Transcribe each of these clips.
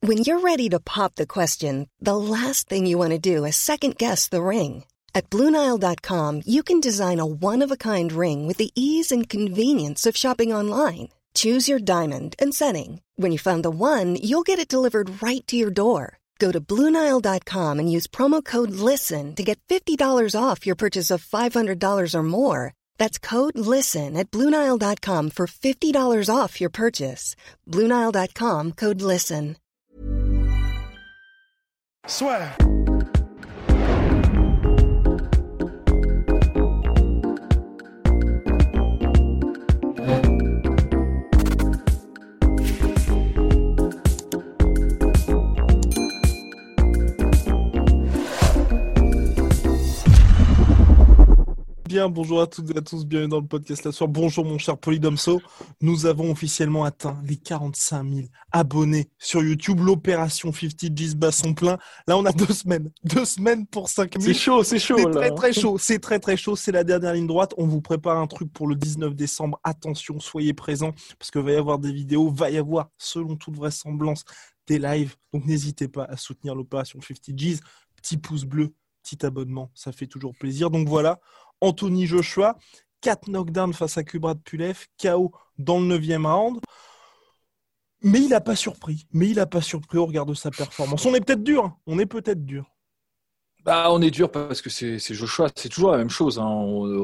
When you're ready to pop the question, the last thing you want to do is second-guess the ring. At BlueNile.com, you can design a one-of-a-kind ring with the ease and convenience of shopping online. Choose your diamond and setting. When you find the one, you'll get it delivered right to your door. Go to BlueNile.com and use promo code LISTEN to get $50 off your purchase of $500 or more. That's code LISTEN at BlueNile.com for $50 off your purchase. BlueNile.com, code LISTEN. Swear. Bien, bonjour à toutes et à tous, bienvenue dans le podcast La Soir. Bonjour mon cher Polydomso, nous avons officiellement atteint les 45 000 abonnés sur YouTube. L'opération 50 G's bat son plein. Là on a 2 semaines pour 5 000. C'est chaud. C'est très chaud, c'est très chaud, c'est la dernière ligne droite. On vous prépare un truc pour le 19 décembre, attention, soyez présents, parce qu'il va y avoir des vidéos, va y avoir, selon toute vraisemblance, des lives. Donc n'hésitez pas à soutenir l'opération 50 G's, petit pouce bleu, petit abonnement, ça fait toujours plaisir. Donc voilà, Anthony Joshua, 4 knockdowns face à Kubrat Pulev, KO dans le 9e round. Mais il n'a pas surpris au regard de sa performance. On est peut-être dur. Bah, on est dur parce que c'est Joshua, c'est toujours la même chose. Hein.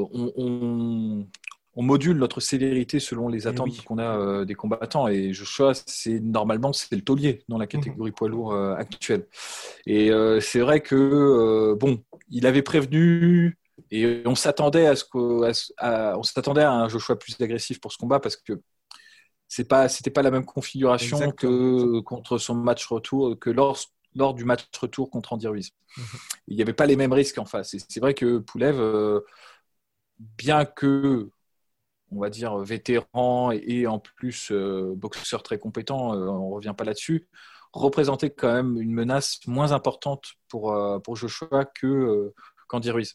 On module notre sévérité selon les attentes qu'on a des combattants. Et Joshua, normalement, c'est le taulier dans la catégorie poids lourd actuelle. Et c'est vrai que, il avait prévenu. Et on s'attendait à un Joshua plus agressif pour ce combat parce que c'était pas la même configuration que contre son match retour, que lors du match retour contre Andy Ruiz. Il n'y avait pas les mêmes risques en face. Et c'est vrai que Pulev, bien que, on va dire, vétéran et en plus boxeur très compétent, on ne revient pas là-dessus, représentait quand même une menace moins importante pour Joshua qu'Andy Ruiz.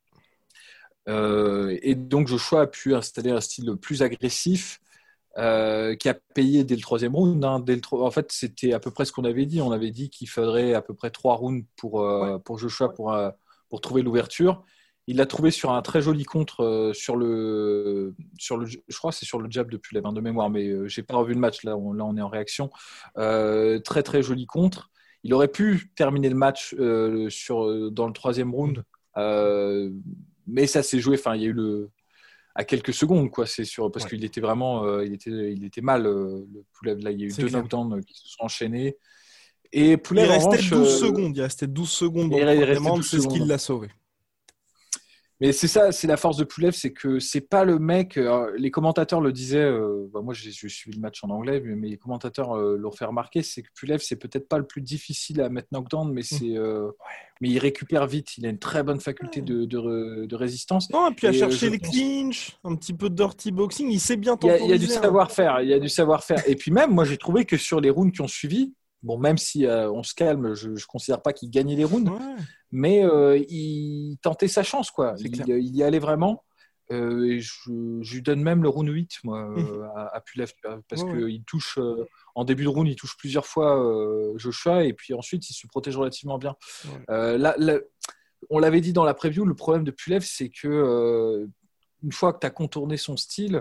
Et donc Joshua a pu installer un style plus agressif qui a payé dès le 3e round. En fait, c'était à peu près ce qu'on avait dit. On avait dit qu'il faudrait à peu près 3 rounds pour Joshua pour trouver l'ouverture. Il l'a trouvé sur un très joli contre je crois que c'est sur le jab de Pulev de mémoire, mais j'ai pas revu le match. Là, on est en réaction. Très très joli contre. Il aurait pu terminer le match dans le 3e round. Mais ça s'est joué. Enfin, il y a eu à quelques secondes, quoi. C'est sûr, parce qu'il était vraiment, il était mal. Le Pulev, là, il y a eu 2 knockdowns qui se sont enchaînés. Et Pulev, il restait 12 secondes. Dans le round, c'est ce qui l'a sauvé. Mais c'est ça, c'est la force de Pulev, c'est que c'est pas le mec. Les commentateurs le disaient. Moi, j'ai suivi le match en anglais, mais les commentateurs l'ont fait remarquer. C'est que Pulev, c'est peut-être pas le plus difficile à mettre knockdown, mais mais il récupère vite. Il a une très bonne faculté de résistance. Non, et puis à chercher les clinches, un petit peu de dirty boxing, il sait bien temporiser. Il y a du savoir-faire. Il y a du savoir-faire. Et puis même, moi, j'ai trouvé que sur les rounds qui ont suivi. Bon, même si on se calme, je ne considère pas qu'il gagnait les rounds, mais il tentait sa chance, quoi. Il y allait vraiment. Et je lui donne même le round 8, moi, à Pulev, parce qu'il touche, en début de round, il touche plusieurs fois Joshua, et puis ensuite, il se protège relativement bien. Là, on l'avait dit dans la preview, le problème de Pulev, c'est que une fois que tu as contourné son style,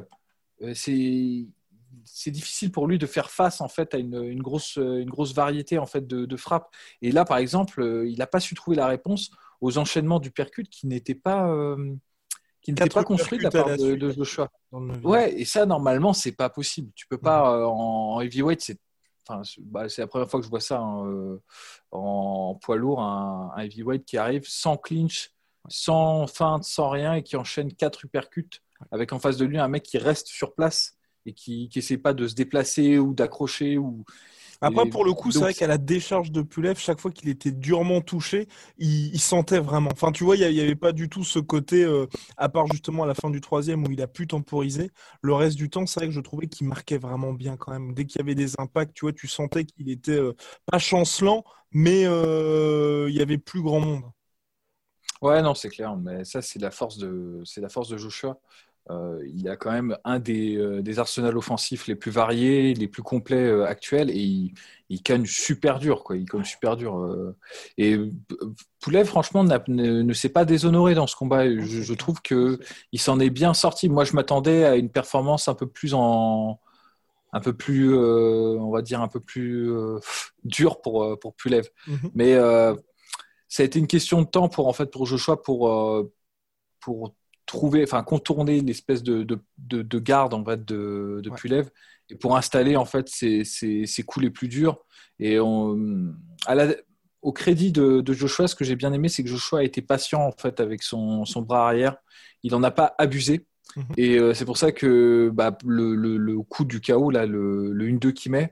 c'est difficile pour lui de faire face en fait à une grosse variété en fait de frappes. Et là, par exemple, il n'a pas su trouver la réponse aux enchaînements du percute qui n'étaient pas construits de la part de Joshua. Ouais, et ça normalement c'est pas possible. Tu peux pas en heavyweight, c'est la première fois que je vois ça en poids lourd, un heavyweight qui arrive sans clinch, sans feinte, sans rien et qui enchaîne 4 uppercuts avec en face de lui un mec qui reste sur place et qui essaie pas de se déplacer ou d'accrocher. Après, pour le coup, c'est vrai qu'à la décharge de Pulev, chaque fois qu'il était durement touché, il sentait vraiment. Enfin, tu vois, il n'y avait pas du tout ce côté, à part justement à la fin du 3e où il a pu temporiser. Le reste du temps, c'est vrai que je trouvais qu'il marquait vraiment bien quand même. Dès qu'il y avait des impacts, tu vois, tu sentais qu'il était pas chancelant, mais il y avait plus grand monde. Ouais, non, c'est clair. Mais ça, c'est la force de Joshua. Il a quand même un des arsenals offensifs les plus variés, les plus complets actuels, et il cogne super dur, quoi. Il cogne super dur. Et Poulev, franchement, ne s'est pas déshonoré dans ce combat. Je trouve que il s'en est bien sorti. Moi, je m'attendais à une performance un peu plus, on va dire un peu plus dure pour Pulev. Mhm. Mais ça a été une question de temps pour Joshua pour contourner l'espèce de garde en fait de Pulev et pour installer en fait ses coups les plus durs. Et au crédit de Joshua, ce que j'ai bien aimé, c'est que Joshua a été patient en fait avec son bras arrière. Il n'en a pas abusé. Et c'est pour ça que le coup du KO, là, le 1-2 qu'il met,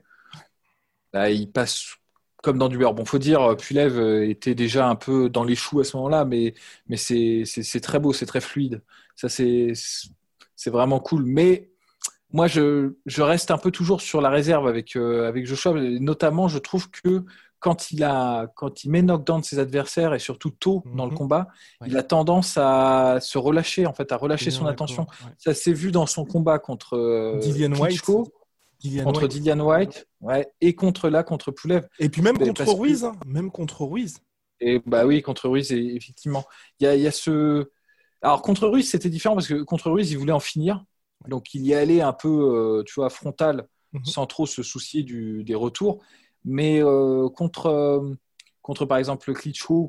il passe comme dans du beurre. Bon, faut dire, Pulev était déjà un peu dans les choux à ce moment-là, mais c'est très beau, c'est très fluide. Ça, c'est vraiment cool. Mais moi, je reste un peu toujours sur la réserve avec Joshua. Notamment, je trouve que quand il met knockdown ses adversaires et surtout tôt dans le combat, il a tendance à se relâcher, en fait, à relâcher son attention. Ouais. Ça s'est vu dans son combat contre Dillian Klitschko, contre Dillian White, et contre Pulev. Et puis même contre Ruiz, même contre Ruiz. Et oui, contre Ruiz, effectivement. Il y a ce. Alors contre Ruiz, c'était différent parce que contre Ruiz, il voulait en finir, donc il y allait un peu, frontal, sans trop se soucier des retours. Mais contre par exemple Klitschko,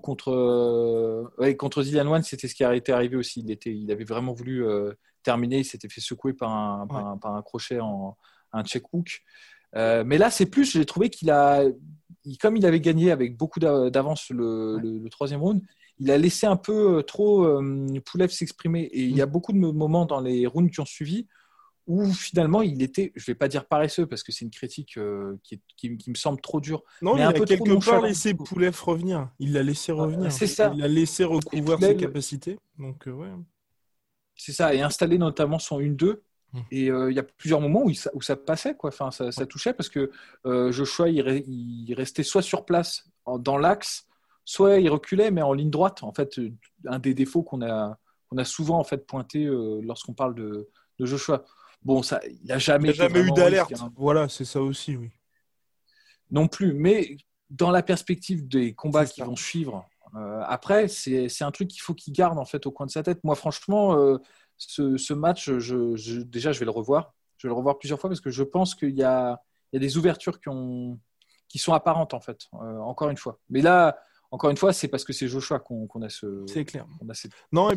contre Dillian White, c'était ce qui était arrivé aussi. Il avait vraiment voulu terminer. Il s'était fait secouer par un crochet un check hook. Mais là, c'est plus, j'ai trouvé comme il avait gagné avec beaucoup d'avance le troisième round, il a laissé un peu trop Pulev s'exprimer. Et il y a beaucoup de moments dans les rounds qui ont suivi où finalement il était, je ne vais pas dire paresseux parce que c'est une critique qui me semble trop dure. Non, mais il a quelque part laissé Pulev revenir. Il l'a laissé revenir. C'est ça. Il l'a laissé recouvrir ses capacités. Donc, c'est ça, et installer notamment son 1-2. Et il y a plusieurs moments où ça passait, quoi. Enfin, ça touchait parce que Joshua il restait soit sur place dans l'axe, soit il reculait mais en ligne droite. En fait, un des défauts qu'on a souvent en fait pointé lorsqu'on parle de Joshua. Bon, ça, il n'y a jamais eu d'alerte. Voilà, c'est ça aussi, oui. Non plus, mais dans la perspective des combats qui vont suivre, après, c'est un truc qu'il faut qu'il garde en fait au coin de sa tête. Moi, franchement, ce match, déjà, je vais le revoir. Je vais le revoir plusieurs fois parce que je pense qu'il y a des ouvertures qui sont apparentes en fait. Encore une fois. Mais là, encore une fois, c'est parce que c'est Joshua qu'on a ce. C'est clair. On a cette, non,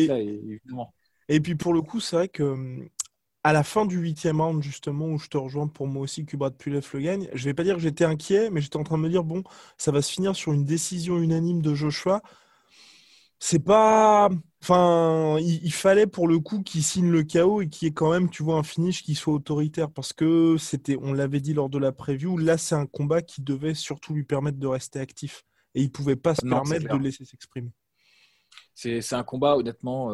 et puis pour le coup, c'est vrai que. À la fin du 8e round, justement, où je te rejoins pour moi aussi, Kubrat Pulev le gagne, je vais pas dire que j'étais inquiet, mais j'étais en train de me dire, bon, ça va se finir sur une décision unanime de Joshua. C'est pas... Enfin, il fallait pour le coup qu'il signe le KO et qu'il y ait quand même, tu vois, un finish qui soit autoritaire. Parce que on l'avait dit lors de la preview, là, c'est un combat qui devait surtout lui permettre de rester actif. Et il pouvait pas se permettre de le laisser s'exprimer. C'est un combat, honnêtement...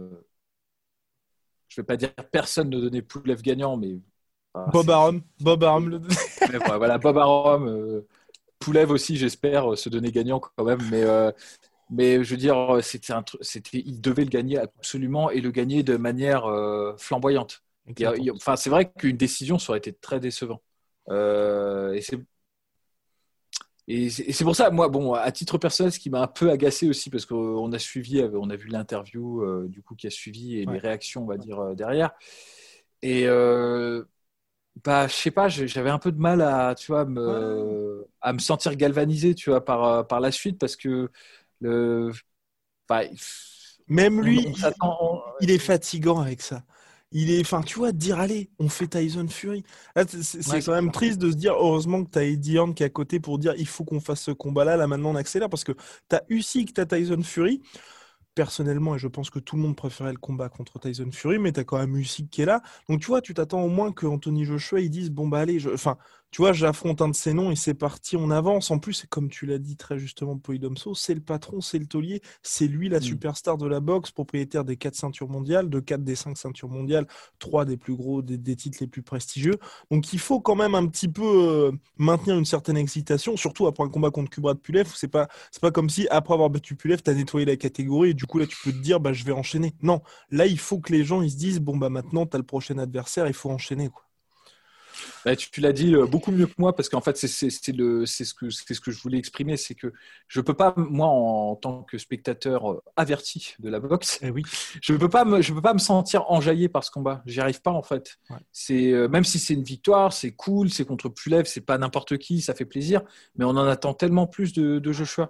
Je ne vais pas dire personne ne donnait Pulev gagnant, mais... Bob Arum le donnait. Voilà, Bob Arum. Pulev aussi, j'espère, se donner gagnant quand même. Mais je veux dire, il devait le gagner absolument et le gagner de manière flamboyante. C'est vrai qu'une décision, ça aurait été très décevant. Et c'est pour ça, moi, bon, à titre personnel, ce qui m'a un peu agacé aussi, parce qu'on a vu l'interview du coup qui a suivi et les réactions, on va dire, derrière. Et je sais pas, j'avais un peu de mal à me sentir galvanisé, tu vois, par la suite, parce que même lui, il est fatigant avec ça. Tu vois, de dire, allez, on fait Tyson Fury. Là, c'est quand même triste de se dire, heureusement que tu as Eddie Hearn qui est à côté pour dire, il faut qu'on fasse ce combat-là. Là, maintenant, on accélère parce que tu as Usyk, tu as Tyson Fury. Personnellement, et je pense que tout le monde préférait le combat contre Tyson Fury, mais tu as quand même Usyk qui est là. Donc, tu vois, tu t'attends au moins que Anthony Joshua, ils disent, bon, bah, allez, tu vois, j'affronte un de ces noms et c'est parti, on avance. En plus, comme tu l'as dit très justement, Polydomso, c'est le patron, c'est le taulier, c'est lui la superstar de la boxe, propriétaire des 4 ceintures mondiales, de 4 des 5 ceintures mondiales, 3 des plus gros, des titres les plus prestigieux. Donc il faut quand même un petit peu maintenir une certaine excitation, surtout après un combat contre Kubrat Pulev. C'est pas comme si après avoir battu Pulev, t'as nettoyé la catégorie et du coup là tu peux te dire je vais enchaîner. Non, là il faut que les gens ils se disent maintenant t'as le prochain adversaire, il faut enchaîner quoi. Tu l'as dit beaucoup mieux que moi parce qu'en fait c'est ce que je voulais exprimer, c'est que je peux pas, moi en tant que spectateur averti de la boxe, je peux pas me sentir enjaillé par ce combat, j'y arrive pas en fait. C'est même si c'est une victoire, c'est cool, c'est contre Pulev, c'est pas n'importe qui, ça fait plaisir, mais on en attend tellement plus de Joshua.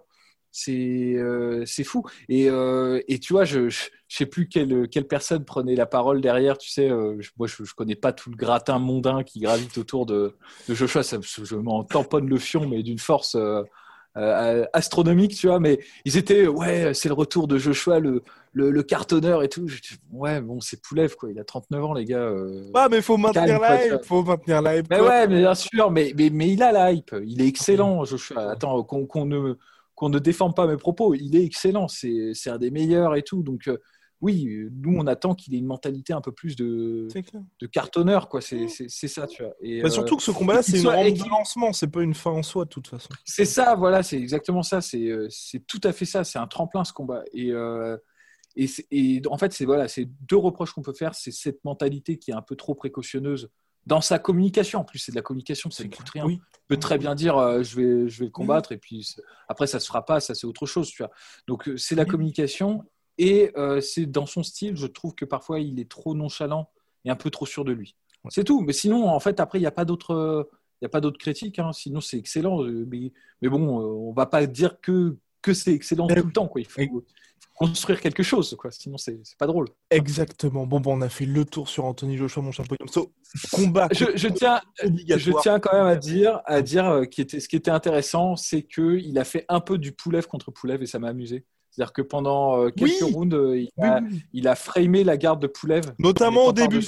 C'est fou et tu vois je sais plus quelle personne prenait la parole derrière, tu sais, moi je connais pas tout le gratin mondain qui gravite autour de Joshua, je m'en tamponne le fion mais d'une force astronomique, tu vois, mais ils étaient c'est le retour de Joshua, le cartonneur et tout. Bon, c'est Pulev quoi, il a 39 ans les gars. Mais faut maintenir la hype, mais bien sûr, mais il a la hype, il est excellent Joshua. Attends, qu'on ne défend pas mes propos, il est excellent, c'est un des meilleurs et tout, donc oui, nous on attend qu'il ait une mentalité un peu plus de cartonneur, quoi. C'est ça, tu vois. Et, surtout que ce combat-là, c'est une rampe de lancement, c'est pas une fin en soi de toute façon. C'est ça, voilà, c'est exactement ça, c'est tout à fait ça, c'est un tremplin ce combat. Et en fait, c'est 2 reproches qu'on peut faire, c'est cette mentalité qui est un peu trop précautionneuse dans sa communication. En plus, c'est de la communication, ça ne coûte rien. Oui. Il peut très bien dire je vais le combattre et puis après ça se fera pas, ça c'est autre chose, tu vois. Donc c'est la communication et c'est dans son style, je trouve que parfois il est trop nonchalant et un peu trop sûr de lui. C'est tout. Mais sinon, en fait, après il y a pas d'autres critiques. Hein. Sinon, c'est excellent. Mais bon, on va pas dire que c'est excellent tout le temps, quoi. Il faut construire quelque chose, quoi. Sinon c'est pas drôle. Exactement. Bon, on a fait le tour sur Anthony Joshua, mon cher Polydomso. Combat. Je tiens quand même à dire ce qui était intéressant, c'est que il a fait un peu du Pulev contre Pulev et ça m'a amusé. C'est-à-dire que pendant quelques rounds, il a framé la garde de Pulev, notamment au début.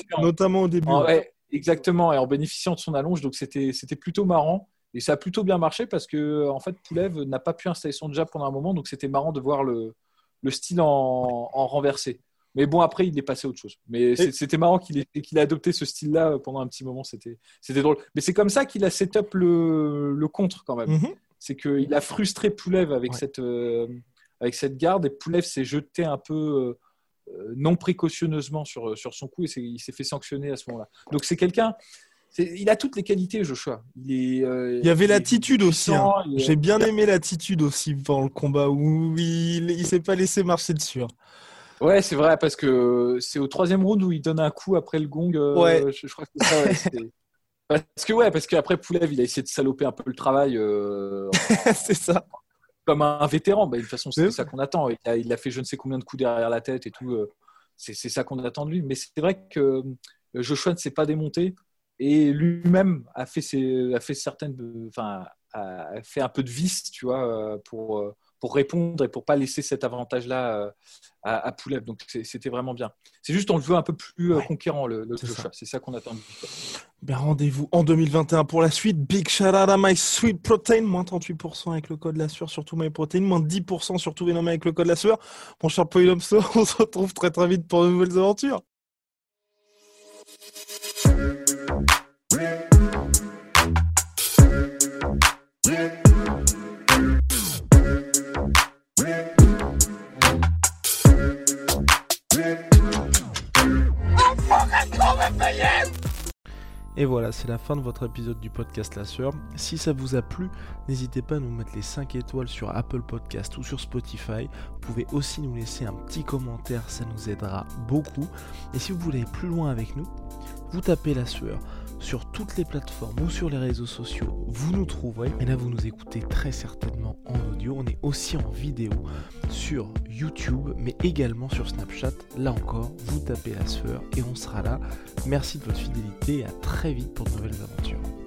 Exactement, et en bénéficiant de son allonge, donc c'était plutôt marrant. Et ça a plutôt bien marché parce que en fait Pulev n'a pas pu installer son jab pendant un moment, donc c'était marrant de voir le style en renversé. Mais bon, après, il est passé à autre chose. Mais c'était marrant qu'il ait adopté ce style-là pendant un petit moment. C'était drôle. Mais c'est comme ça qu'il a set up le contre quand même. C'est qu'il a frustré Pulev avec cette garde et Pulev s'est jeté un peu non précautionneusement sur son coup et il s'est fait sanctionner à ce moment-là. Donc c'est quelqu'un... Il a toutes les qualités, Joshua. Il y avait l'attitude aussi. Hein. J'ai bien aimé l'attitude aussi pendant le combat où il s'est pas laissé marcher dessus. Hein. Ouais, c'est vrai, parce que c'est au 3e round où il donne un coup après le gong. Je crois que c'est ça. Parce qu'après Pulev, il a essayé de saloper un peu le travail. C'est ça. Comme un vétéran. De toute façon, c'est ça qu'on attend. Il a fait je ne sais combien de coups derrière la tête et tout. C'est ça qu'on attend de lui. Mais c'est vrai que Joshua ne s'est pas démonté. Et lui-même a fait un peu de vice, tu vois, pour répondre et pour pas laisser cet avantage-là à Pulev. Donc c'était vraiment bien. C'est juste on le veut un peu plus conquérant le Joshua. C'est ça qu'on attend. Rendez-vous en 2021 pour la suite. Big shout out à My Sweet Protein, moins 38% avec le code la sueur sur tout My Protein, moins 10% sur tout Venom avec le code la sueur. Mon cher Polydomso, on se retrouve très très vite pour de nouvelles aventures. Et voilà, c'est la fin de votre épisode du podcast La Sueur. Si ça vous a plu, n'hésitez pas à nous mettre les 5 étoiles sur Apple Podcast ou sur Spotify. Vous pouvez aussi nous laisser un petit commentaire, ça nous aidera beaucoup. Et si vous voulez aller plus loin avec nous, vous tapez La Sueur sur toutes les plateformes ou sur les réseaux sociaux, vous nous trouverez. Et là, vous nous écoutez très certainement en audio. On est aussi en vidéo sur YouTube, mais également sur Snapchat. Là encore, vous tapez La Sueur et on sera là. Merci de votre fidélité et à très vite pour de nouvelles aventures.